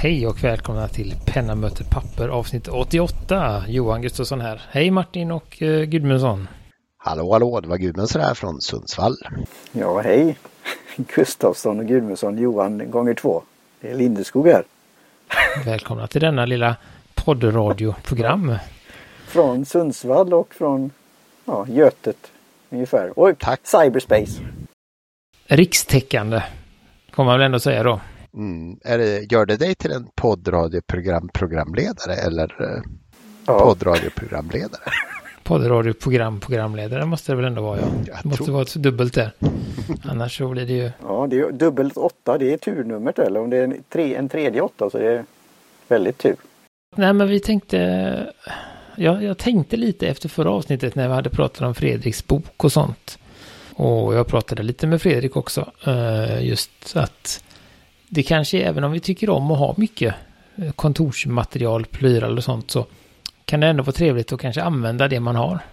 Hej och välkomna till Penna möter papper avsnitt 88. Johan Gustafsson här. Hej Martin och Gudmundsson. Hallå, det var Gudmundsson här från Sundsvall. Ja, hej. Gustafsson och Gudmundsson, Johan gånger 2. Det är Lindeskog här. Välkomna till denna lilla poddradioprogram. Från Sundsvall och från Götet ungefär. Och tack. Cyberspace. Rikstäckande, får man väl ändå säga då. Gör det dig till en poddradioprogramledare eller poddradioprogramledare? Poddradioprogramledare måste det väl ändå vara, ja. Det måste vara ett dubbelt där. Annars så blir det ju... Ja, det är dubbelt 8, det är turnumret eller om det är en tredje 8 så är det väldigt tur. Nej, men vi tänkte... Jag tänkte lite efter förra avsnittet när vi hade pratat om Fredriks bok och sånt. Och jag pratade lite med Fredrik också. Just att det kanske, även om vi tycker om att ha mycket kontorsmaterial, plyral och sånt, så kan det ändå vara trevligt att kanske använda det man har.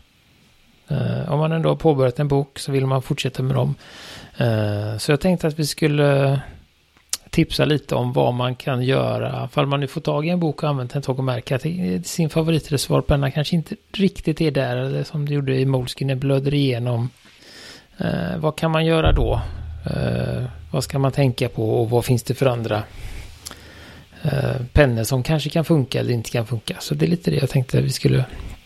Om man ändå har påbörjat en bok så vill man fortsätta med dem. Så jag tänkte att vi skulle tipsa lite om vad man kan göra. Ifall man nu får tag i en bok och använt en tag och märker att sin favoritreservoarpenna kanske inte riktigt är där, eller som du gjorde i Moleskine, när blöder igenom. Vad kan man göra då? Vad ska man tänka på och vad finns det för andra pennor som kanske kan funka eller inte kan funka? Så det är lite det jag tänkte att vi skulle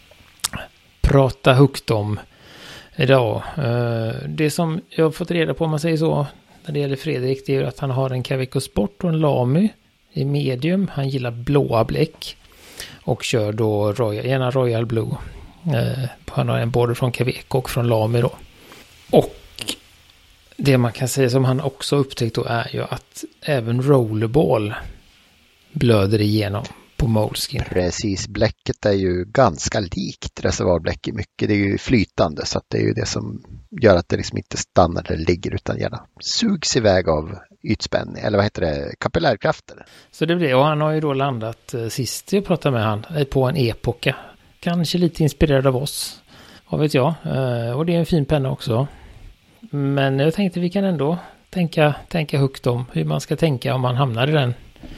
prata högt om idag. Det som jag har fått reda på, om man säger så, när det gäller Fredrik, det är att han har en Kaweco Sport och en Lamy i medium. Han gillar blåa bläck och kör då gärna Royal Blue. Han har en både från Kaweco och från Lamy då. Och det man kan säga som han också upptäckt då är ju att även rollerball blöder igenom på Moleskine. Precis, bläcket är ju ganska likt reservoarbläck i mycket. Det är ju flytande, så att det är ju det som gör att det liksom inte stannar där det ligger utan gärna sugs iväg av ytspänning, eller vad heter det, kapillärkrafter. Så det blir det, och han har ju då landat sist jag pratade med han på en Epoca. Kanske lite inspirerad av oss, vad vet jag. Och det är en fin penna också. Men jag tänkte vi kan ändå tänka högt om hur man ska tänka om man hamnar i den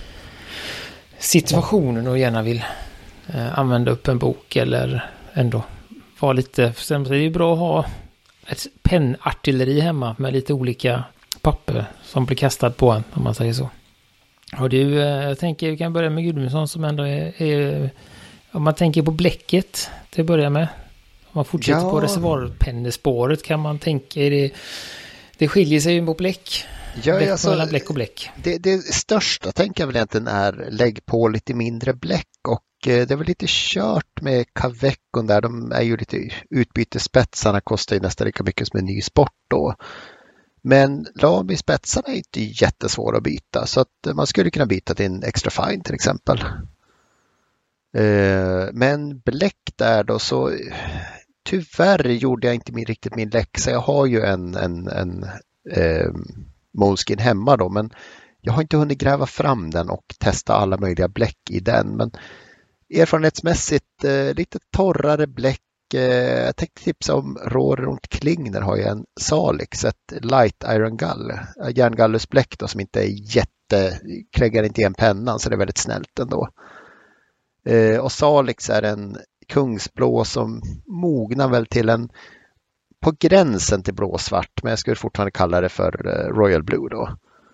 situationen och gärna vill använda upp en bok eller ändå vara lite... Det är ju bra att ha ett pennartilleri hemma med lite olika papper som blir kastat på en, om man säger så. Och det är ju, jag tänker vi kan börja med Gudmundsson som ändå är om man tänker på bläcket till att börja med. Om man fortsätter på reservoarpennespåret kan man tänka det skiljer sig ju på bläck. Ja, alltså, mellan bläck och bläck. Det största tänker jag väl egentligen är lägg på lite mindre bläck, och det är väl lite kört med Kawecon där. De är ju lite utbytesspetsarna, kostar ju nästan lika mycket som en ny sport då. Men Lamy-spetsarna är inte jättesvåra att byta, så att man skulle kunna byta till en extra fine till exempel. Men bläck där då, så tyvärr gjorde jag inte riktigt min läxa. Jag har ju en Moleskine hemma då, men jag har inte hunnit gräva fram den och testa alla möjliga bläck i den. Men erfarenhetsmässigt lite torrare bläck. Jag tänkte tipsa om Rohrer & Klingner har ju en Salix, ett light iron gull, järngallusbläck då, som inte är kräggar inte igen pennan, så det är väldigt snällt ändå. Och Salix är en kungsblå som mognar väl till en på gränsen till blåsvart, men jag skulle fortfarande kalla det för Royal Blue då.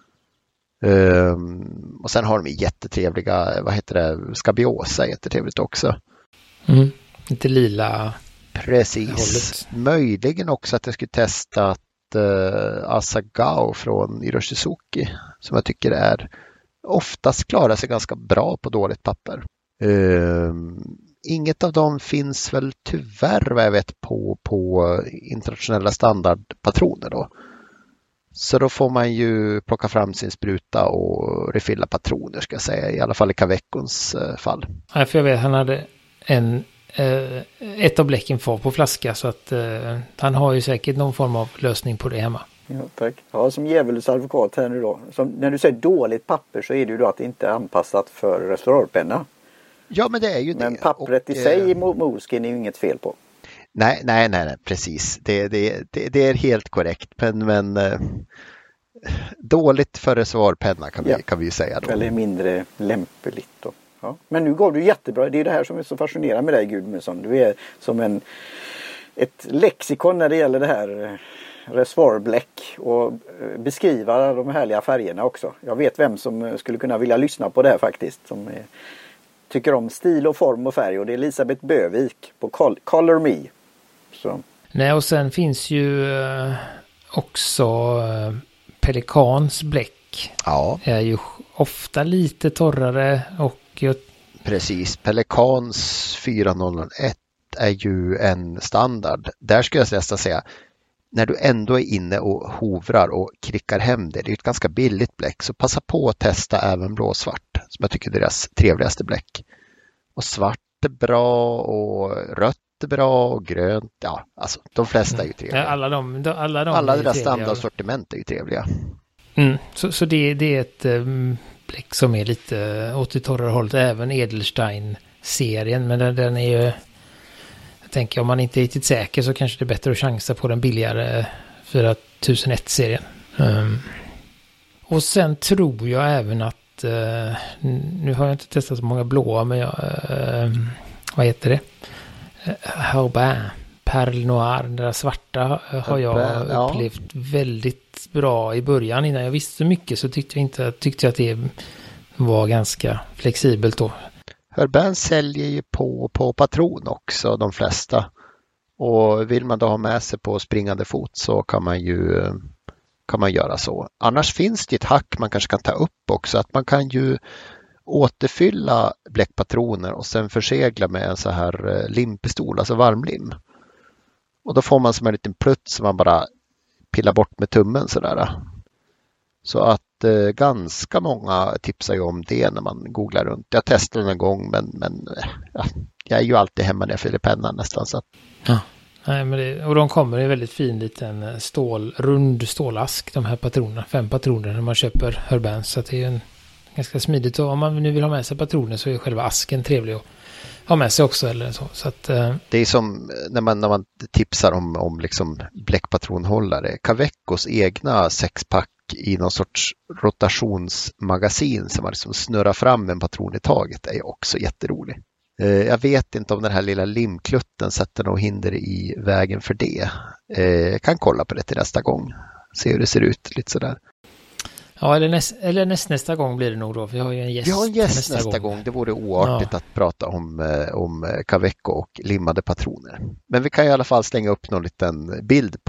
Och sen har de jättetrevliga, Scabiosa, jättetrevligt också. Lite lila. Precis. Hållet. Möjligen också att jag skulle testa att Asagao från Iroshizuki, som jag tycker är oftast klarar sig ganska bra på dåligt papper. Inget av dem finns väl tyvärr vad jag vet på internationella standardpatroner då. Så då får man ju plocka fram sin spruta och refilla patroner, ska jag säga, i alla fall i Kawecons fall. Ja, för jag vet han hade ett av bläcken kvar på flaska, så att han har ju säkert någon form av lösning på det hemma. Ja, tack. Ja, som djävulens advokat här nu då. När du säger dåligt papper så är det ju då att det inte är anpassat för restaurangpenna. Ja, men det är ju det. Men pappret i sig i Moleskine är ju inget fel på. Nej, precis. Det är helt korrekt. Men dåligt för reservoarpenna kan vi ju säga då. Eller mindre lämpligt då. Ja. Men nu går du jättebra. Det är det här som är så fascinerande med dig, Gudmundsson. Du är som ett lexikon när det gäller det här reservoarbläck och beskriva de härliga färgerna också. Jag vet vem som skulle kunna vilja lyssna på det här faktiskt. Som tycker om stil och form och färg, och det är Elisabeth Bövik på Color Me. Så. Nej, och sen finns ju också Pelikans bläck. Ja. Är ju ofta lite torrare och precis. Pelikans 4001 är ju en standard. Där skulle jag nästan säga, när du ändå är inne och hovrar och klickar hem det är ett ganska billigt bläck, så passa på att testa även blåsvart, som jag tycker är deras trevligaste bläck. Och svart är bra och rött är bra och grönt, ja, alltså de flesta är ju trevliga. Ja, alla deras standardsortiment är ju trevliga. Så det är ett bläck som är lite åt det torrare hållet, även Edelstein-serien, men den är ju, jag tänker, om man inte är riktigt säker så kanske det är bättre att chansa på den billigare 4001-serien. Och sen tror jag även att nu har jag inte testat så många blåa, men vad heter det? Herbin, Perle Noir, den där svarta har jag upplevt väldigt bra i början. Innan jag visste så mycket så tyckte jag att det var ganska flexibelt då. Herbin säljer ju på patron också, de flesta. Och vill man då ha med sig på springande fot så kan man göra så. Annars finns det ett hack man kanske kan ta upp också, att man kan ju återfylla bläckpatroner och sen försegla med en så här limpistol, alltså varmlim. Och då får man som en liten plutt som man bara pillar bort med tummen sådär. Så att ganska många tipsar ju om det när man googlar runt. Jag testade den en gång, men ja, jag är ju alltid hemma när jag fyller pennan nästan. Så att... Ja. Nej, men och de kommer i väldigt fin liten rund stålask, de här patronerna, 5 patroner när man köper Herbin, så att det är en ganska smidigt, och om man nu vill ha med sig patroner så är själva asken trevlig att ha med sig också eller så att det är som när man tipsar om liksom bläckpatronhållare, Cavecos egna 6-pack i någon sorts rotationsmagasin som man liksom snurrar fram en patron i taget är också jätterolig. Jag vet inte om den här lilla limklutten sätter något hinder i vägen för det. Jag kan kolla på det till nästa gång. Se hur det ser ut lite sådär. Ja, eller nästa gång blir det nog då. Vi har ju en gäst. Vi har en gäst nästa gång. Det vore oartigt att prata om Caveco och limmade patroner. Men vi kan i alla fall slänga upp någon liten bild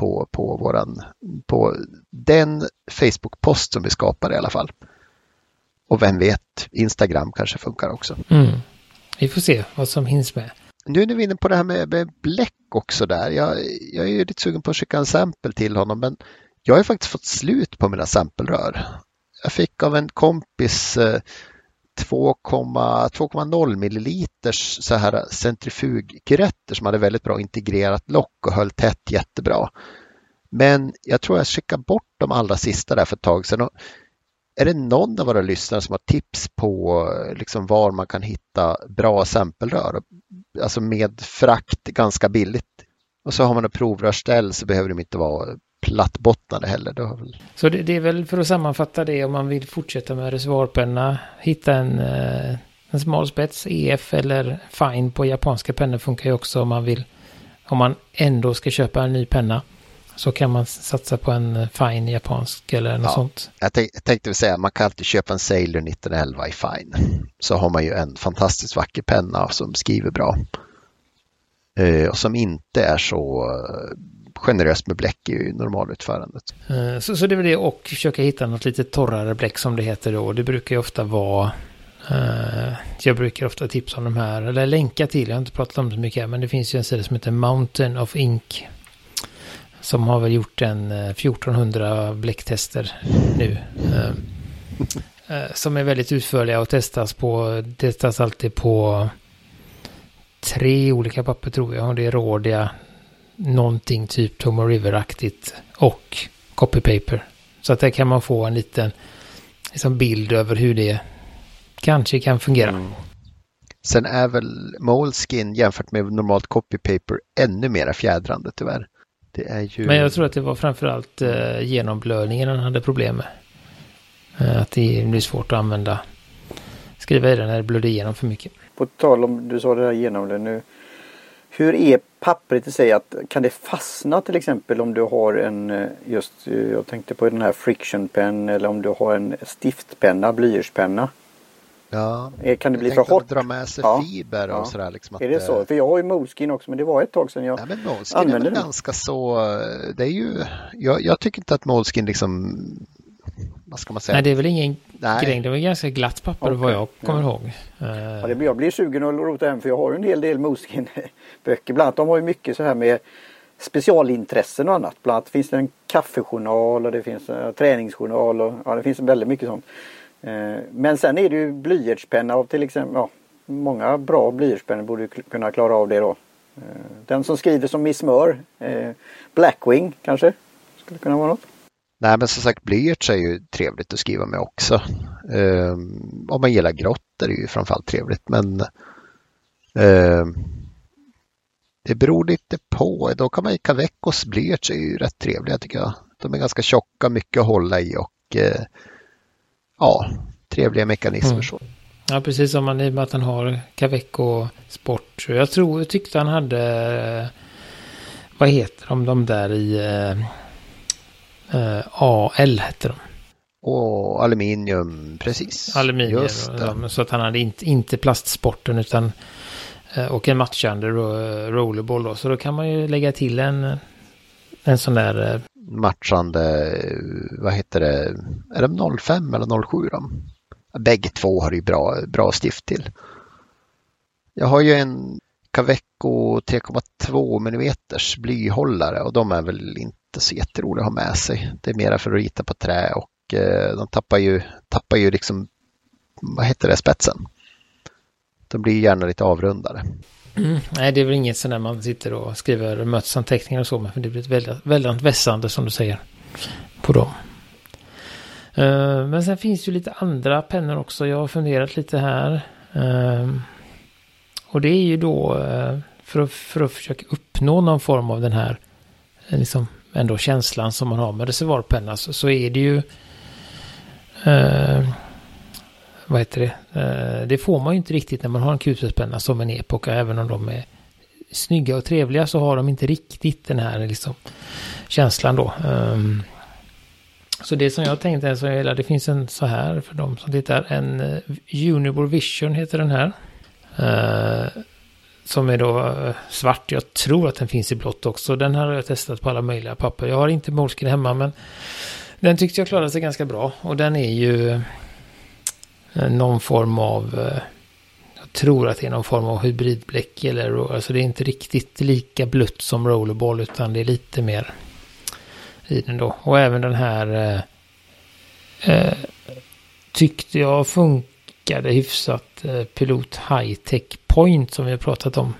på den Facebook-post som vi skapar i alla fall. Och vem vet, Instagram kanske funkar också. Vi får se vad som hinns med. Nu är vi inne på det här med bläck också där. Jag är ju lite sugen på att skicka en sample till honom, men jag har ju faktiskt fått slut på mina sampelrör. Jag fick av en kompis 2,0 milliliters så här centrifuggyretter som hade väldigt bra integrerat lock och höll tätt jättebra. Men jag tror jag skickade bort de allra sista där för ett tag sedan. Och är det någon av våra lyssnare som har tips på liksom var man kan hitta bra sampelrör? Alltså med frakt ganska billigt. Och så har man ett provrörställ så behöver de inte vara plattbottnade heller. Så det är väl, för att sammanfatta det, om man vill fortsätta med reservoarpenna, hitta en smal spets, EF eller fine på japanska pennor funkar ju också om man ändå ska köpa en ny penna. Så kan man satsa på en fine japansk eller något sånt. Jag tänkte väl säga, man kan alltid köpa en Sailor 1911 i fine. Så har man ju en fantastiskt vacker penna som skriver bra. Och som inte är så generöst med bläck i normalutförandet. Så det är väl det, och försöka hitta något lite torrare bläck som det heter då. Det brukar ju ofta vara... jag brukar ofta tipsa om de här, eller länka till, jag har inte pratat om det så mycket, men det finns ju en sida som heter Mountain of Ink. Som har väl gjort 1400 bläcktester nu. Som är väldigt utförliga och testas alltid på 3 olika papper tror jag. Och det är Rhodia, någonting typ Tomo River-aktigt och copypaper. Så att där kan man få en liten liksom bild över hur det kanske kan fungera. Sen är väl Moleskin jämfört med normalt copypaper ännu mer fjädrande tyvärr. Det är ju... Men jag tror att det var framförallt genomblödningen han hade problem med. Att det blir svårt att skriva i den när det blöder igenom för mycket. På tal om, du sa det här genomblödning nu. Hur är pappret i sig? Kan det fastna till exempel om du har jag tänkte på den här friction pen eller om du har en stiftpenna, blyertspenna. Ja, kan det bli för hårt? Dra med sig fiber och sådär. Liksom är det så? För jag har ju Moleskine också, men det var ett tag sedan jag använde det. Ganska så, det är ju, jag tycker inte att Moleskine liksom, vad ska man säga? Nej, det är väl ingen grej. Det var ganska glatt papper vad jag kommer ihåg. Jag blir sugen att rota hem, för jag har ju en hel del Moleskine-böcker. Bland annat de har ju mycket så här med specialintressen och annat. Bland annat finns det en kaffejournal och det finns en träningsjournal och det finns väldigt mycket sånt. Men sen är det ju blyertspenna av till exempel, många bra blyertspennor borde kunna klara av det då. Den som skriver som i smör, Blackwing kanske skulle kunna vara något. Nej, men som sagt, blyerts är ju trevligt att skriva med också. Om man gillar grått är det ju framförallt trevligt, men det beror lite på. Då kan man ju Kavekos blyerts är ju rätt trevliga tycker jag. De är ganska tjocka, mycket att hålla i och trevliga mekanismer så. Ja, precis som i och med att han har Kaweco Sport. Jag tyckte han hade vad heter de där i AL heter de. Och aluminium, precis. Aluminium, så att han hade inte plastsporten utan och en matchande rollerball då. Så då kan man ju lägga till en sån där matchande, vad heter det? Är de 05 eller 07 då? Bägge två har ju bra stift till. Jag har ju en Kaweco 3,2 mm blyhållare och de är väl inte så jätteroliga att ha med sig. Det är mera för att rita på trä och de tappar ju liksom, vad heter det, spetsen. De blir gärna lite avrundade. Nej, det är väl inget sån där man sitter och skriver mötesanteckningar och så, men det blir väldigt, väldigt vässande som du säger på dem. Men sen finns ju lite andra pennor också. Jag har funderat lite här. Och det är ju då för att försöka uppnå någon form av den här liksom ändå känslan som man har med reservoarpenna, så är det ju vad heter det? Det får man ju inte riktigt när man har en Q-penna som en Epoca. Även om de är snygga och trevliga så har de inte riktigt den här liksom känslan då. Så det som jag tänkte är så det finns en så här för dem som tittar, en Unibor Vision heter den här. Som är då svart. Jag tror att den finns i blått också. Den här har jag testat på alla möjliga papper. Jag har inte Moleskine hemma, men den tyckte jag klarade sig ganska bra. Och den är ju någon form av, jag tror att det är någon form av hybridbläck, eller alltså det är inte riktigt lika blött som rollerball, utan det är lite mer i den då. Och även den här tyckte jag funkade hyfsat, Pilot High Tech Point som vi har pratat om,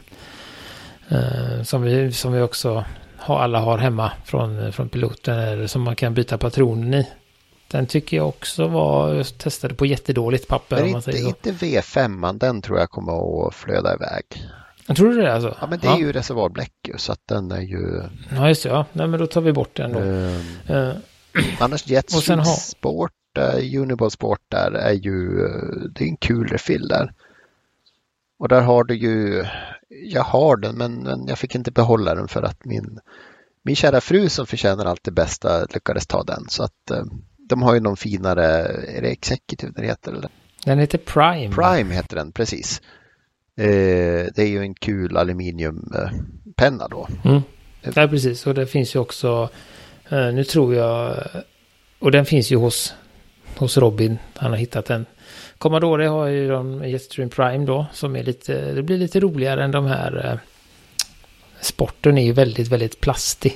som vi också alla har hemma från piloten, som man kan byta patronen i. Den tycker jag också jag testade på jättedåligt papper. Men om man säger så. Inte V5, den tror jag kommer att flöda iväg. Jag tror det alltså? Ja, men det är ju reservoarbläck, så att den är ju... Ja, just det. Ja. Nej, men då tar vi bort den då. Annars Jetstream Sport, Uniball Sport där är ju, det är en kul refill där. Och där har du ju, jag har den, men jag fick inte behålla den för att min kära fru som förtjänar allt det bästa lyckades ta den. Så att de har ju någon finare, är det Executive den heter eller? Den heter Prime. Prime heter den, precis. Det är ju en kul aluminiumpenna då. Ja, precis. Och det finns ju också, nu tror jag, och den finns ju hos Robin. Han har hittat den. Commodore har ju de Jetstream Prime då, som är det blir lite roligare än de här. Sporten är ju väldigt, väldigt plastig.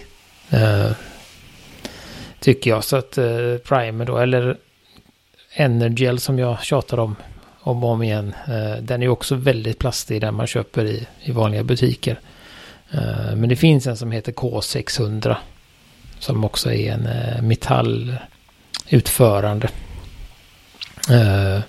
Tycker jag. Så att Prime då, eller Energel som jag tjatar om och om igen. Den är ju också väldigt plastig, där man köper i vanliga butiker. Men det finns en som heter K600 som också är en metallutförande.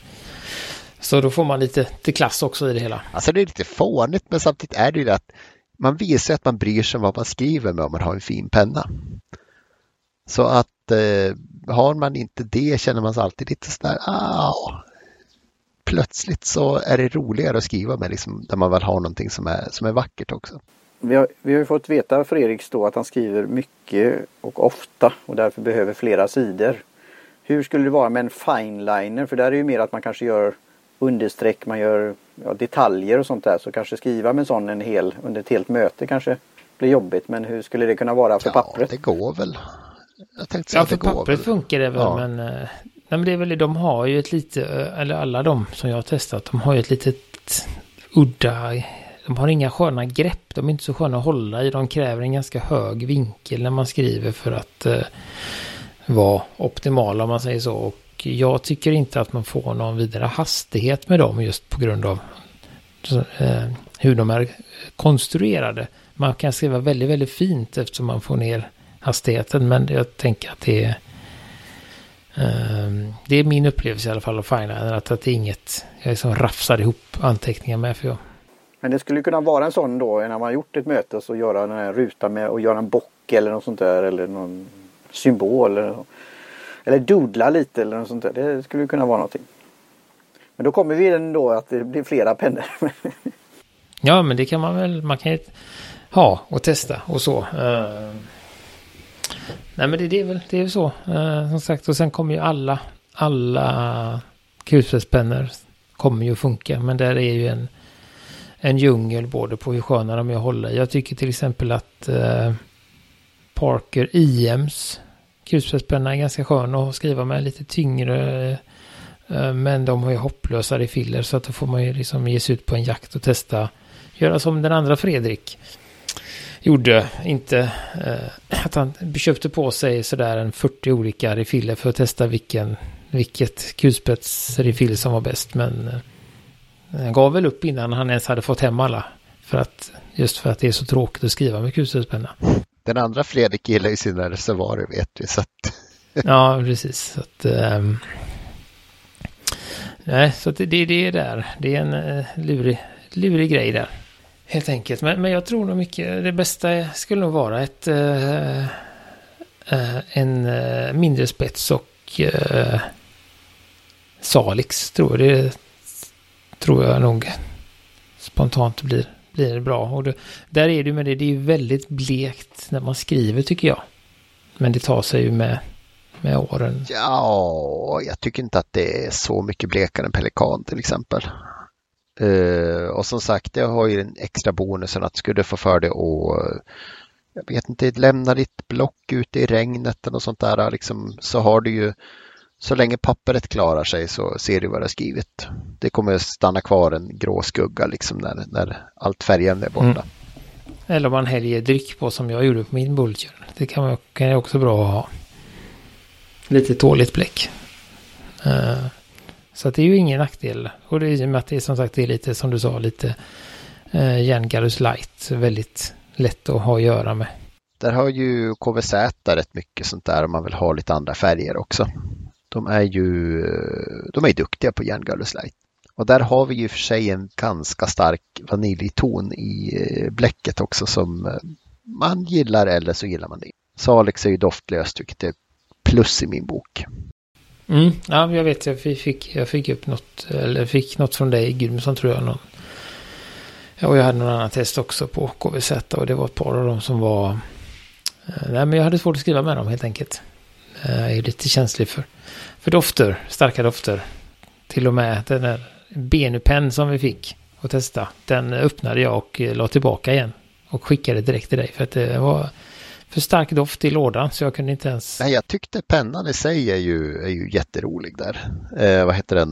Så då får man lite klass också i det hela. Alltså det är lite fånigt, men samtidigt är det ju att man visar att man bryr sig om vad man skriver med om man har en fin penna. Så att har man inte det känner man sig alltid lite sådär, plötsligt så är det roligare att skriva med liksom, där man väl har någonting som är vackert också. Vi har ju fått veta Fredriks då att han skriver mycket och ofta och därför behöver flera sidor. Hur skulle det vara med en fineliner? För där är det ju mer att man kanske gör understreck, man gör detaljer och sånt där. Så kanske skriva med en sån under ett helt möte kanske blir jobbigt. Men hur skulle det kunna vara för pappret? Det går väl. Jag tänkte säga för pappret funkar det väl. Ja. Men det är väl, de har ju ett lite, eller alla de som jag har testat, de har ju ett litet udda, de har inga sköna grepp, de är inte så sköna att hålla i, de kräver en ganska hög vinkel när man skriver för att vara optimala om man säger så. Och jag tycker inte att man får någon vidare hastighet med dem just på grund av hur de är konstruerade. Man kan skriva väldigt, väldigt fint eftersom man får ner hastigheten, men jag tänker att det är min upplevelse i alla fall av fineliner, att det är inget jag liksom rafsar ihop anteckningar med för jag. Men det skulle kunna vara en sån då, när man har gjort ett möte så göra den här rutan med och göra en bock eller något sånt där, eller någon symbol eller doodla lite eller något sånt där. Det skulle kunna vara någonting. Men då kommer vi ändå att det blir flera pennor. Ja, men det kan man kan ju ha och testa och så. Nej, men det är väl så. Som sagt, och sen kommer ju alla kulspetspennor kommer ju att funka, men där är ju en djungel både på hur sköna de är att hålla. Jag tycker till exempel att Parker IMs kulspetspenna är ganska skön att skriva med, lite tyngre, men de har ju hopplösa refiller, så att då får man ju liksom ge sig ut på en jakt och testa, göra som den andra Fredrik gjorde, inte att han köpte på sig sådär en 40 olika refiller för att testa vilket kulspetsrefill som var bäst, men han gav väl upp innan han ens hade fått hem alla, för att det är så tråkigt att skriva med kulspetspenna. Den andra Fredrik gillar ju sina reservoarer, vet vi, så att... Ja, precis, så att nej, så att det är där, det är en lurig grej där. Helt enkelt. Men jag tror nog mycket det bästa skulle nog vara en mindre spets och Salix tror jag. Det tror jag nog spontant blir bra. Och där är det med det är ju väldigt blekt när man skriver tycker jag. Men det tar sig ju med åren. Ja, jag tycker inte att det är så mycket blekare än pelikan till exempel. Och som sagt, jag har ju en extra bonusen att skulle få för det och jag vet inte, lämna ditt block ute i regnet eller sånt där liksom, så har du ju, så länge pappret klarar sig så ser du vad det är skrivit. Det kommer stanna kvar en grå skugga liksom när allt färgen är borta. Eller om man häller dryck på som jag gjorde på min Bulger. Det kan jag också bra att ha. Lite tåligt bläck. Så att det är ju ingen nackdel. Och det är ju med att det är som sagt det är lite som du sa lite Järngallus light. Väldigt lätt att ha att göra med. Där har ju KVZ rätt mycket sånt där om man vill ha lite andra färger också. De är ju duktiga på Järngallus light. Och där har vi ju för sig en ganska stark vaniljton i bläcket också som man gillar eller så gillar man det. Salix är ju doftlöst vilket är plus i min bok. Ja, jag vet. Jag fick upp något, eller fick något från dig, Gudmundsson tror jag. Och jag hade någon annan test också på KVZ och det var ett par av dem som var... Nej, men jag hade svårt att skriva med dem helt enkelt. Jag är lite känslig för dofter, starka dofter. Till och med den där Benupen som vi fick att testa, den öppnade jag och la tillbaka igen och skickade direkt till dig för att det var för stark doft i lådan så jag kunde inte ens... Nej, jag tyckte pennan i sig är ju jätterolig där. Vad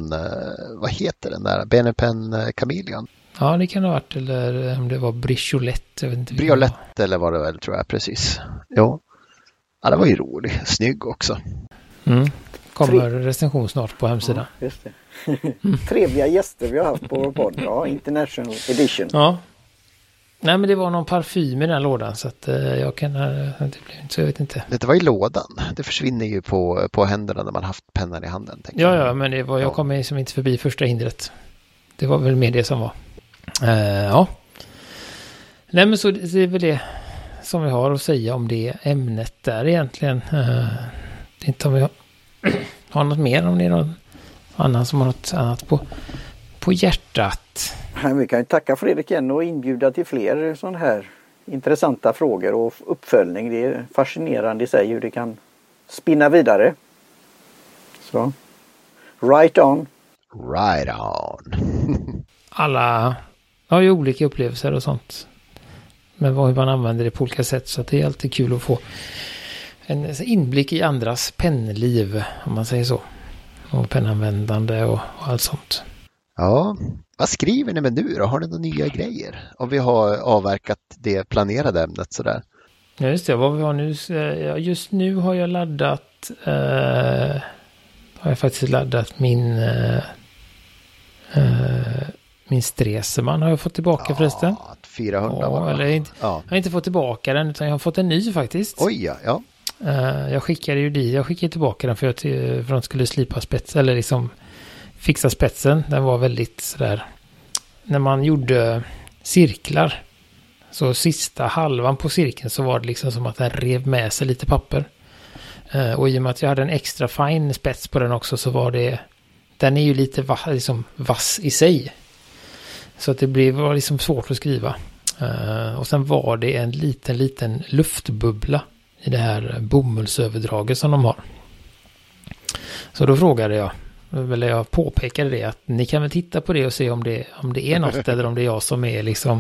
heter den där? Benupen Chameleon? Ja, det kan ha varit, eller om det var Briolette. Briolette eller vad det väl tror jag, precis. Ja, det var ju rolig. Snygg också. Kommer recension snart på hemsidan. Ja, just det. Trevliga gäster vi har haft på vår podd. Ja, International Edition. Ja. Nej, men det var någon parfym i den lådan så att jag kan... Det blev inte så, jag vet inte. Det var i lådan. Det försvinner ju på händerna när man haft pennan i handen. Ja, men det var, jag kom liksom inte förbi första hindret. Det var väl mer det som var. Ja. Nej, men så det är väl det som vi har att säga om det ämnet där egentligen. Det är inte om vi har något mer, om det är någon annan som har något annat på hjärtat. Vi kan ju tacka Fredrik igen och inbjuda till fler sådana här intressanta frågor och uppföljning. Det är fascinerande i sig hur det kan spinna vidare. Så, right on. Right on. Alla har ju olika upplevelser och sånt. Men hur man använder det på olika sätt. Så att det är alltid kul att få en inblick i andras pennliv, om man säger så. Och pennanvändande och allt sånt. Ja, vad skriver ni med nu då? Har ni några nya grejer? Om vi har avverkat det planerade ämnet sådär. Ja, just det. Vad vi har nu. Just nu har jag laddat min Stresemann har jag fått tillbaka förresten. 400 ja, eller Jag har inte fått tillbaka den, utan jag har fått en ny faktiskt. Oj, ja. Jag skickade tillbaka den för att de skulle slipa spets, eller liksom fixa spetsen. Den var väldigt sådär, när man gjorde cirklar, så sista halvan på cirkeln så var det liksom som att den rev med sig lite papper. Och i och med att jag hade en extra fin spets på den också, så var den är ju lite vass i sig. Så att det var liksom svårt att skriva. Och sen var det en liten luftbubbla i det här bomullsöverdraget som de har. Så då frågade jag påpekade det, att ni kan väl titta på det och se om det är något eller om det är jag som är liksom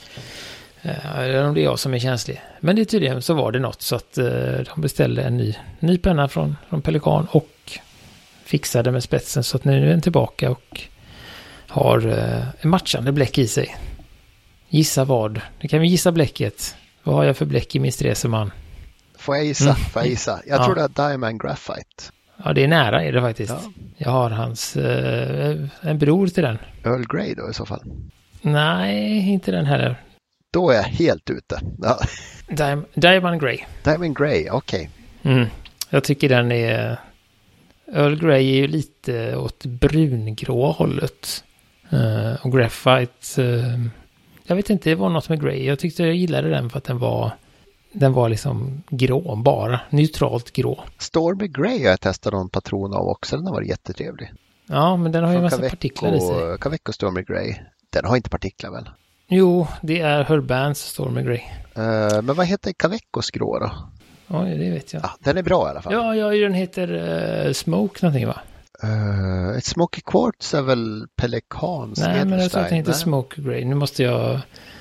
eller om det är jag som är känslig. Men det tydligen så var det något, så att de beställde en ny penna från Pelikan och fixade med spetsen, så att nu är den tillbaka och har en matchande bläck i sig. Gissa vad? Det kan vi gissa bläcket. Vad har jag för bläck i min Stresemann? Får jag gissa? Jag tror det är Diamond Graphite. Ja, det är nära är det faktiskt. Ja. Jag har hans en bror till den. Earl Grey då i så fall? Nej, inte den heller. Då är jag helt ute. Ja. Diamond Grey. Diamond Grey, okej. Okay. Jag tycker den är... Earl Grey är ju lite åt brungrå hållet. Och Graphite... jag vet inte, det var något med Grey. Jag tyckte jag gillade den för att den var liksom grå bara. Neutralt grå. Stormy Grey har jag testat någon patron av också. Den har varit jättetrevlig. Ja, men den har ju en massa partiklar i sig. Caveco Stormy Grey. Den har inte partiklar väl? Jo, det är Herbans Stormy Grey. Men vad heter Cavecos grå då? Ja, det vet jag. Ja, den är bra i alla fall. Ja, den heter Smoke någonting, va? Ett Smoky Quartz är väl Pelikans. Nej, men jag tror att den heter Smoke Grey. Nu måste jag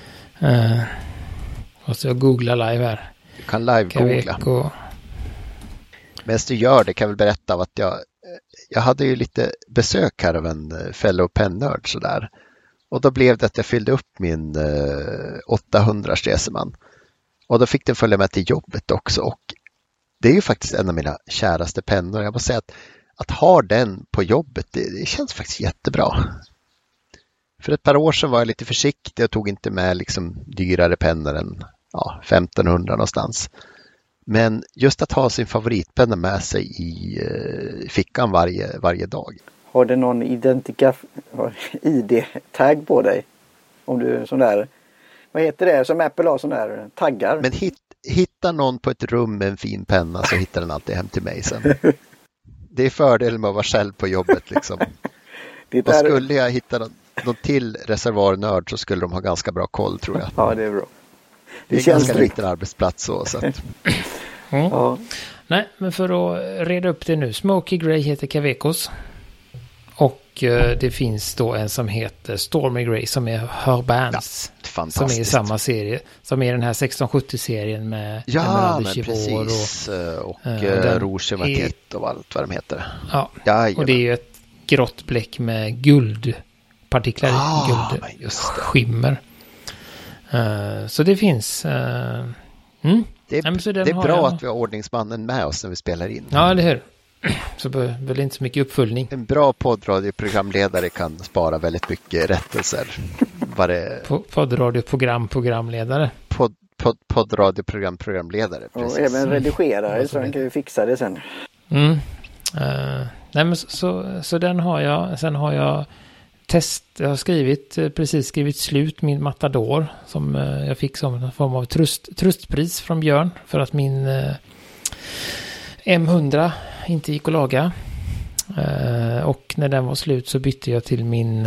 googla live här. Du kan live-googla. Medan du gör det kan jag väl berätta att jag hade ju lite besök här av en fellow pennörd sådär. Och då blev det att jag fyllde upp min 800 Stresemann. Och då fick den följa med till jobbet också. Och det är ju faktiskt en av mina käraste pennor. Jag måste säga att ha den på jobbet, det känns faktiskt jättebra. För ett par år sedan var jag lite försiktig och tog inte med liksom dyrare pennor än 1500 någonstans. Men just att ha sin favoritpenna med sig i fickan varje dag. Har du någon ID-tagg på dig? Om du är sån där, vad heter det som Apple har, sån där taggar? Men hitta någon på ett rum med en fin penna så hittar den alltid hem till mig sen. Det är fördelen med att vara själv på jobbet liksom. Och skulle jag hitta någon till reservoarnörd så skulle de ha ganska bra koll, tror jag. Ja, det är bra. Det är ganska liten arbetsplats så att. Ja. Nej, men för att reda upp det nu. Smoky Grey heter Cavecos. Och det finns då en som heter Stormy Grey som är Herbans. Ja, som är i samma serie. Som är den här 1670-serien med Emerald precis. Och Rouge Matit och allt vad de heter. Ja, och det är ju ett grått bläck med guldpartiklar, guldskimmer. Så det finns... Det är bra att vi har ordningsmannen med oss när vi spelar in. Ja, eller hur? Så väl inte så mycket uppföljning. En bra poddradioprogramledare kan spara väldigt mycket rättelser. Poddradioprogramledare. Poddradioprogramledare. Och även redigerare så han kan ju fixa det sen. Nej, men så den har jag. Sen har jag jag har precis skrivit slut min Matador som jag fick som en form av tröstpris från Björn för att min M100 inte gick att laga. Och när den var slut så bytte jag till min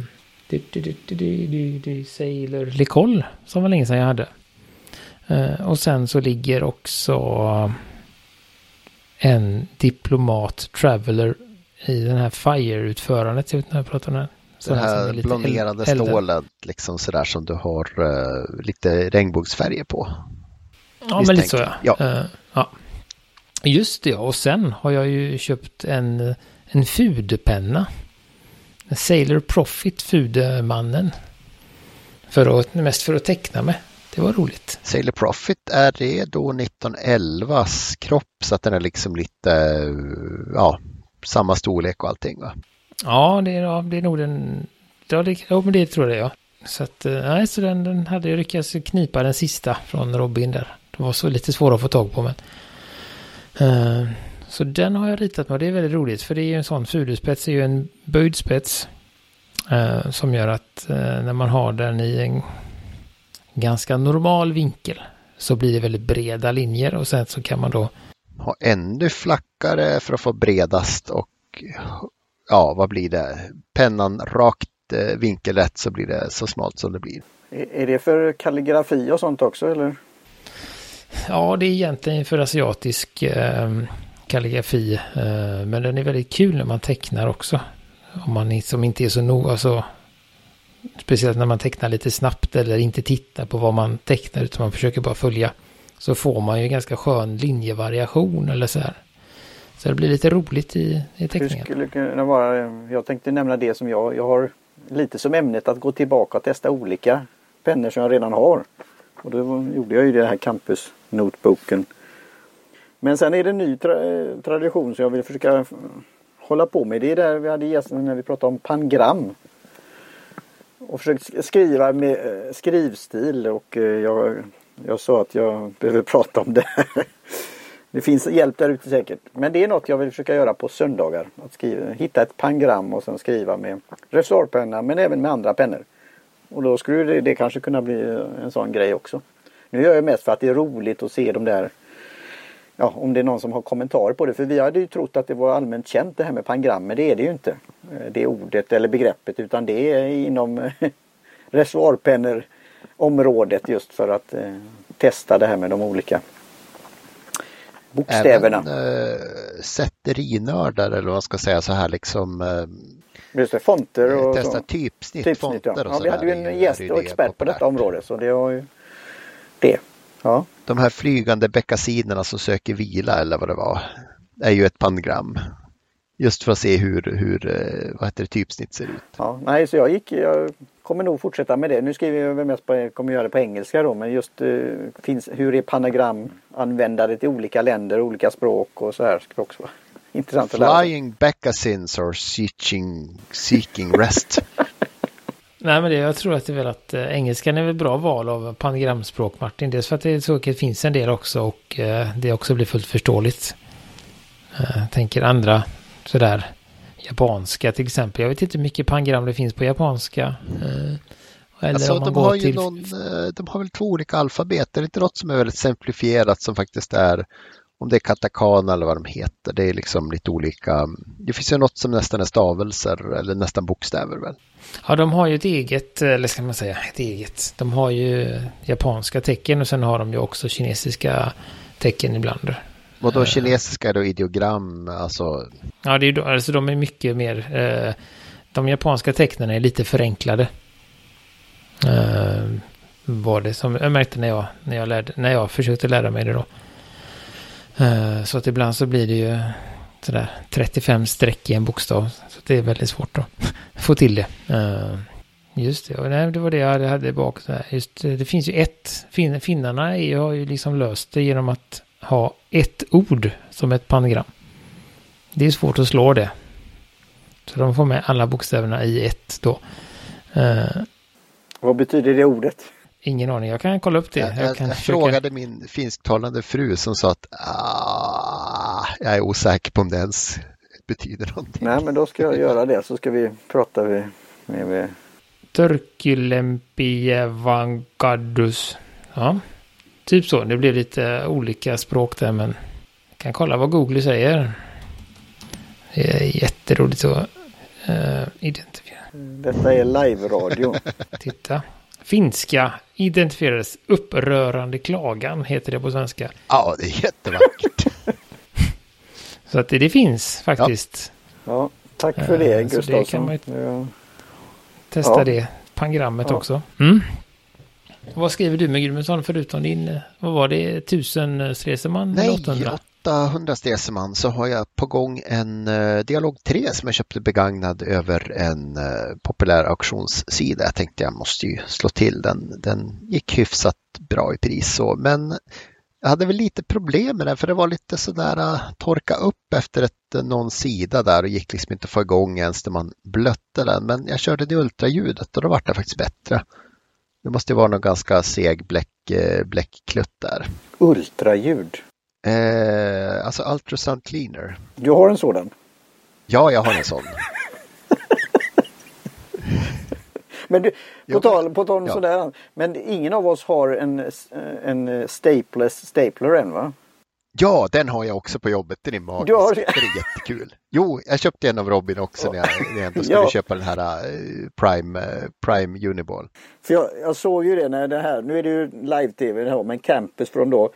Sailor Lecol som var länge sedan jag hade. Och sen så ligger också en Diplomat Traveler i den här Fire-utförandet. Jag vet inte när jag pratar om den. Den här blonderade stålet liksom sådär som du har lite regnbågsfärger på. Ja, men lite så ja. Just det, och sen har jag ju köpt en Fude-penna. En Sailor Profit Fude-mannen. Mest för att teckna med. Det var roligt. Sailor Profit, är det då 1911s kropp så att den är liksom lite samma storlek och allting, va? Ja, det är nog den. Men det tror jag. Så att så den hade jag lyckats knipa den sista från Robin där. Det var så lite svårt att få tag på, men så den har jag ritat med och det är väldigt roligt för det är ju en sån Fude-spets är ju en böjd spets som gör att när man har den i en ganska normal vinkel så blir det väldigt breda linjer och sen så kan man då ha ännu flackare för att få bredast och vad blir det? Pennan rakt vinkelrätt så blir det så smalt som det blir. Är det för kalligrafi och sånt också eller? Ja, det är egentligen för asiatisk kalligrafi men den är väldigt kul när man tecknar också. Om man som inte är så noga så speciellt när man tecknar lite snabbt eller inte tittar på vad man tecknar utan man försöker bara följa så får man ju ganska skön linjevariation eller så här. Så det blir lite roligt i teckningen. Det skulle kunna vara, jag tänkte nämna det som jag har lite som ämnet att gå tillbaka och testa olika pennor som jag redan har. Och då gjorde jag ju det här campus-noteboken. Men sen är det en ny tradition som jag vill försöka hålla på med. Det är där vi hade gästen när vi pratade om pangram. Och försökt skriva med skrivstil och jag sa att jag behöver prata om det här. Det finns hjälp där ute säkert. Men det är något jag vill försöka göra på söndagar. Att hitta ett pangram och sen skriva med resorpenna men även med andra pennor. Och då skulle det kanske kunna bli en sån grej också. Nu gör jag mest för att det är roligt att se de där, om det är någon som har kommentarer på det. För vi hade ju trott att det var allmänt känt det här med pangram, men det är det ju inte. Det ordet eller begreppet, utan det är inom reservoarpennor området just för att testa det här med de olika bokstäverna. Även sätterinördar eller vad man ska säga så här liksom just det, fonter och testa typsnitt fonter och så. Vi hade ju en gäst och expert på detta område så det var ju det. Ja. De här flygande beckasinerna som söker vila eller vad det var är ju ett pangram. Just för att se hur typsnitt ser ut. Ja, nej, så jag kommer nog fortsätta med det. Nu skriver jag mest kommer göra det på engelska då, men just hur är panagram användare till olika länder, olika språk och så här ska också vara intressant att lära. Flying beckasins or seeking rest. Nej, men jag tror att det är väl att engelskan är väl bra val av panagramspråk, Martin. Dels för att det finns en del också och det också blir fullt förståeligt. Jag tänker andra sådär japanska till exempel. Jag vet inte hur mycket panagram det finns på japanska. Eller alltså, om man de har väl 2 olika alfabet. Det är inte något som är väldigt simplifierat som faktiskt är, om det är katakana eller vad de heter. Det är liksom lite olika. Det finns ju något som nästan är stavelser eller nästan bokstäver väl. Ja, de har ju ett eget, eller ska man säga ett eget. De har ju japanska tecken och sen har de ju också kinesiska tecken ibland. Och då kinesiska är då ideogram, alltså? Ja, alltså de är mycket mer, de japanska tecknen är lite förenklade. Var det som jag märkte när jag försökte lära mig det då. Så att ibland så blir det ju sådär 35 streck i en bokstav. Så det är väldigt svårt att få till det. Just det, och det var det jag hade bak. Just, det finns ju finnarna har ju liksom löst det genom att ha ett ord som ett panagram. Det är svårt att slå det. Så de får med alla bokstäverna i ett då. Vad betyder det ordet? Ingen aning, jag kan kolla upp det. Jag frågade min finsktalande fru som sa att jag är osäker på om det ens betyder någonting. Nej, men då ska jag göra det så ska vi prata Turkylempievangadus. Ja, typ så. Det blir lite olika språk där, men jag kan kolla vad Google säger. Det är jätteroligt att identifiera. Detta är live-radio. Titta. Finska identifierades upprörande klagan, heter det på svenska. Ja, det är jättevackert. Så att det finns faktiskt. Ja, tack för det, Gustavsson. Det kan man testa det programmet också. Mm. Vad skriver du med Gudmundsson förutom din, vad var det, 1000 Streseman? Nej, 800? 800 Streseman, så har jag på gång en Dialog 3 som jag köpte begagnad över en populär auktionssida. Jag tänkte jag måste ju slå till den. Den gick hyfsat bra i pris så, men jag hade väl lite problem med den för det var lite sådär torka upp efter någon sida där och gick liksom inte att få igång ens när man blötte den. Men jag körde det ultraljudet och då var det faktiskt bättre. Det måste vara någon ganska seg bläckklutt där. Ultraljud? Alltså ultrasound cleaner. Du har en sådan? Ja, jag har en sån. Men du, på tal sådär, men ingen av oss har en stapler än, va? Ja, den har jag också på jobbet. Den är magisk. Det är jättekul. Jo, jag köpte en av Robin också när jag ändå skulle köpa den här Prime Uniball. För jag såg ju det när det här, nu är det ju live-tv det här, men Campus från då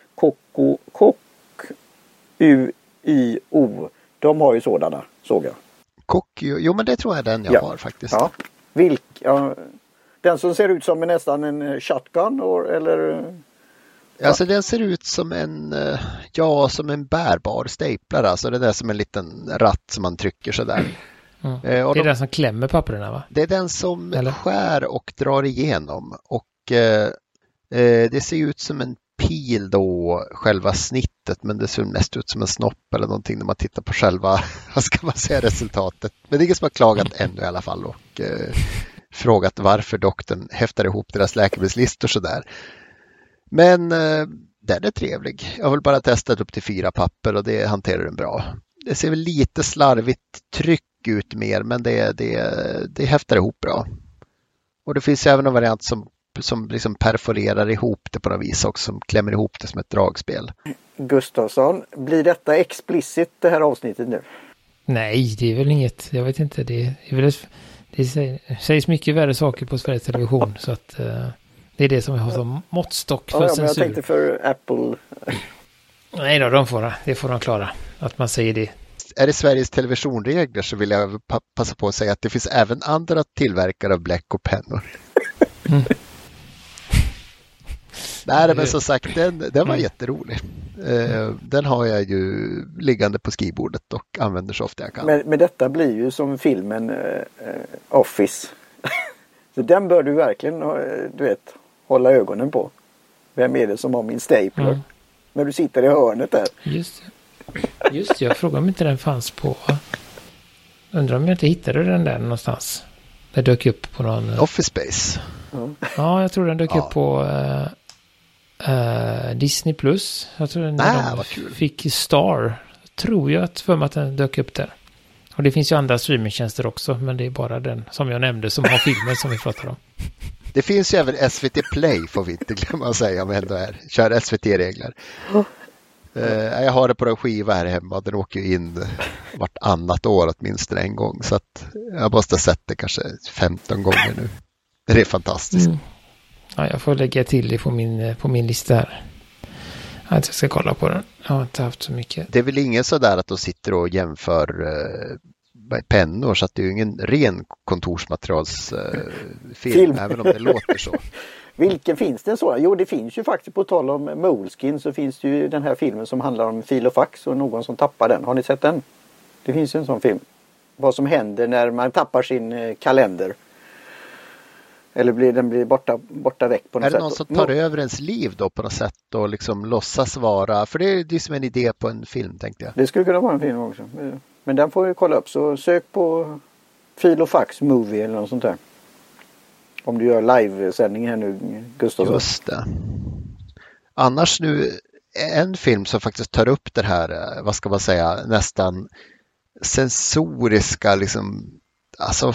UIO, de har ju sådana, såg jag. Jo, men det tror jag den jag har faktiskt. Ja. Den som ser ut som nästan en shotgun eller... Alltså den ser ut som som en bärbar staplar. Alltså det är som en liten ratt som man trycker sådär. Mm. Det är den som klämmer papperna, va? Det är den som skär och drar igenom. Och det ser ut som en pil då, själva snittet. Men det ser mest ut som en snopp eller någonting när man tittar på själva, vad ska man säga, resultatet. Men det är ingen som har klagat ännu i alla fall. Och frågat varför doktorn häftar ihop deras läkemedelslistor sådär. Men den är trevlig. Jag har väl bara testat upp till 4 papper och det hanterar den bra. Det ser väl lite slarvigt tryck ut mer, men det häftar ihop bra. Och det finns även en variant som liksom perforerar ihop det på något vis också, som klämmer ihop det som ett dragspel. Gustafsson, blir detta explicit det här avsnittet nu? Nej, det är väl inget. Jag vet inte. Det sägs mycket värre saker på Sveriges Television, så att... Det är det som jag har som måttstock för censur. Men jag tänkte för Apple. Nej då, det får de klara. Att man säger det. Är det Sveriges Televisionregler så vill jag passa på att säga att det finns även andra tillverkare av bläck och pennor. Mm. Nej, men som sagt, den var jätterolig. Den har jag ju liggande på skrivbordet och använder så ofta jag kan. Men detta blir ju som filmen Office. Så den bör du verkligen, hålla ögonen på. Vem är det som har min stapler? Mm. När du sitter i hörnet där. Just jag frågar om inte den fanns på... Undrar om jag inte hittade den där någonstans. Den dök upp på någon... Office Space. Ja, jag tror den dök upp på Disney+. Jag tror den fick Star. Tror jag för mig att den dök upp där. Och det finns ju andra streamingtjänster också, men det är bara den som jag nämnde som har filmen som vi pratar om. Det finns ju även SVT Play, får vi inte glömma säga, om jag ändå kör SVT-regler. Jag har det på en skiva här hemma och den åker ju in vartannat år åtminstone en gång. Så att jag måste ha sett det kanske 15 gånger nu. Det är fantastiskt. Mm. Ja, jag får lägga till det på min lista här. Jag ska kolla på den. Jag har inte haft så mycket. Det är väl ingen sådär att de sitter och jämför pennor, så att det är ju ingen ren kontorsmaterialsfilm, även om det låter så. Vilken finns det en sådan? Jo, det finns ju faktiskt, på tal om Moleskine, så finns det ju den här filmen som handlar om fil och fax och någon som tappar den. Har ni sett den? Det finns ju en sån film. Vad som händer när man tappar sin kalender. Eller den blir borta väck på något sätt. Är det någon som tar över ens liv då på något sätt och liksom låtsas vara... För det är som en idé på en film, tänkte jag. Det skulle kunna vara en film också. Men den får vi kolla upp. Så sök på fil och fax movie eller något sånt där. Om du gör livesändning här nu, Gustav. Just det. Annars nu, en film som faktiskt tar upp det här, vad ska man säga, nästan sensoriska liksom... alltså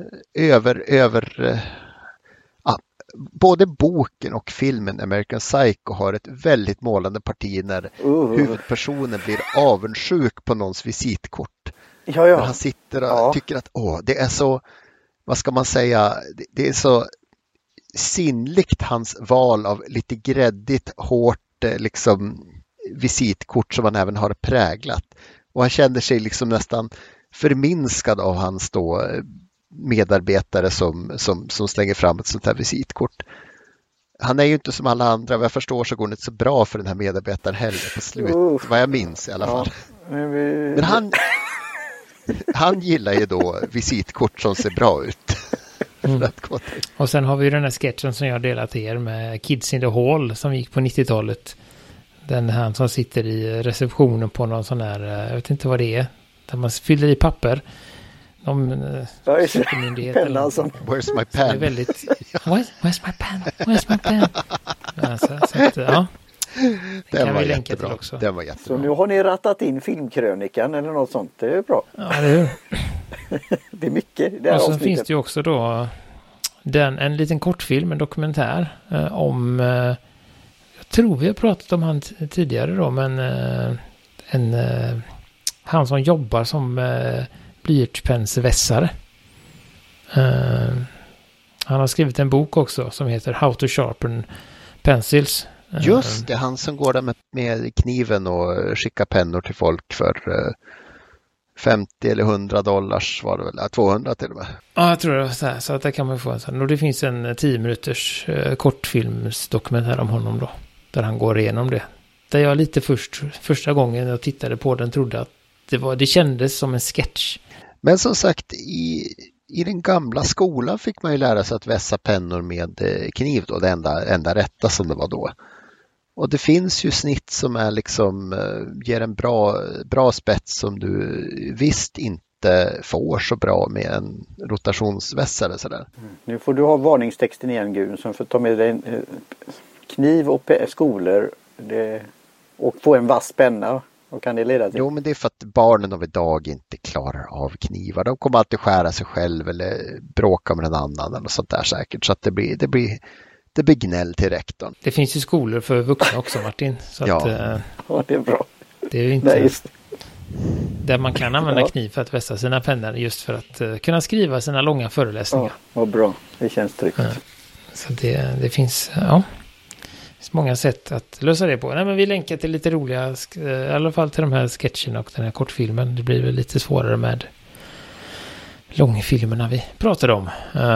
både boken och filmen American Psycho har ett väldigt målande parti när huvudpersonen blir avundsjuk på någons visitkort. Ja. Han sitter och tycker att det är så, vad ska man säga, det är så sinnligt hans val av lite gräddigt, hårt liksom visitkort som han även har präglat. Och han känner sig liksom nästan förminskad av hans då medarbetare som slänger fram ett sånt här visitkort. Han är ju inte som alla andra, vad jag förstår så går det inte så bra för den här medarbetaren heller på slutet, vad jag minns i alla fall. Men han gillar ju då visitkort som ser bra ut. Och sen har vi den här sketchen som jag delat till er med Kids in the Hall som gick på 90-talet. Den här som sitter i receptionen på någon sån här, jag vet inte vad det är, där man fyller i papper. Penna alltså. Where's my pen? Är väldigt, where's my pen? Where's my pen? Ja. Den var jättebra. Också. Den var jättebra. Så nu har ni rattat in filmkrönikan eller något sånt. Det är bra. Ja, det är det är mycket. Och så finns det ju också då en liten kortfilm, en dokumentär om, jag tror vi har pratat om han tidigare då, men han som jobbar som blyertspensvässare. Han har skrivit en bok också som heter How to Sharpen Pencils. Just det, han som går där med kniven och skickar pennor till folk för 50 eller $100 var det väl, 200 till och med. Ja, jag tror det var så här, så att där kan man få en sån. Och det finns en 10 minuters kortfilmsdokumentär om honom då, där han går igenom det. Där jag lite första gången jag tittade på den trodde att det kändes som en sketch. Men som sagt, i den gamla skolan fick man ju lära sig att vässa pennor med kniv då, det enda rätta som det var då. Och det finns ju snitt som är liksom ger en bra spets som du visst inte får så bra med en rotationsvässare sådär. Nu får du ha varningstexten igen, Gud, som får ta med dig kniv och skolor och få en vass penna. Vad kan det leda till? Jo, men det är för att barnen av idag inte klarar av knivar. De kommer alltid skära sig själv eller bråka med en annan eller sånt där säkert. Så att det blir gnäll till rektorn. Det finns ju skolor för vuxna också, Martin. Så ja. Ja, det är bra. Det är ju inte där man kan använda kniv för att vässa sina pennor just för att kunna skriva sina långa föreläsningar. Ja, vad bra. Det känns tryggt. Ja. Så det finns, ja. Det finns många sätt att lösa det på. Nej, men vi länkar till lite roliga, i alla fall till de här sketcherna och den här kortfilmen. Det blir väl lite svårare med långfilmerna vi pratade om.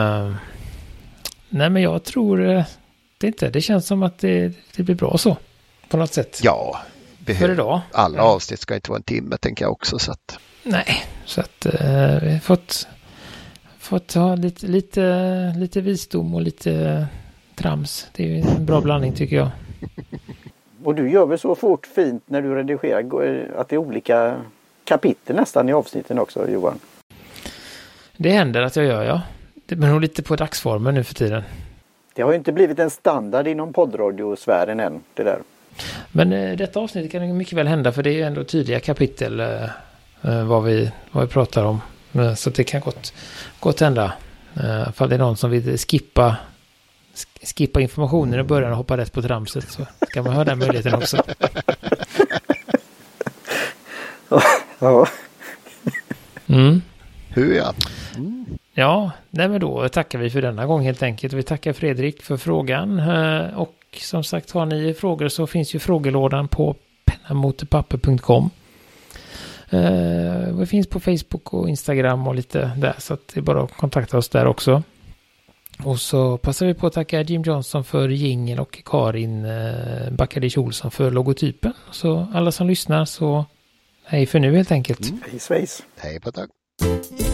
Nej, men jag tror det inte. Det känns som att det blir bra så. På något sätt. Ja, för idag. Alla avsnitt ska inte vara en timme, tänker jag också. Så att... Nej, så att vi har fått ha lite visdom och lite trams. Det är ju en bra blandning tycker jag. Och du gör väl så fort fint när du redigerar att det är olika kapitel nästan i avsnitten också, Johan? Det händer att jag gör, ja. Det beror lite på dagsformen nu för tiden. Det har ju inte blivit en standard inom poddradiosfären än, det där. Men detta avsnitt kan mycket väl hända, för det är ändå tydliga kapitel vad vi pratar om. Så det kan gott hända. Ifall det är någon som vill skippa informationen i början och hoppa rätt på tramset, så kan man ha den möjligheten också. Ja. Hur ja. Ja, nej men då tackar vi för denna gång helt enkelt. Vi tackar Fredrik för frågan. Och som sagt, har ni frågor så finns ju frågelådan på pennamotepapper.com. Vi finns på Facebook och Instagram och lite där, så att det är bara att kontakta oss där också. Och så passar vi på att tacka Jim Johnson för jingeln och Karin Backadic Olsson för logotypen. Så alla som lyssnar, så hej för nu helt enkelt. Hej svejs. Hej på ett tag.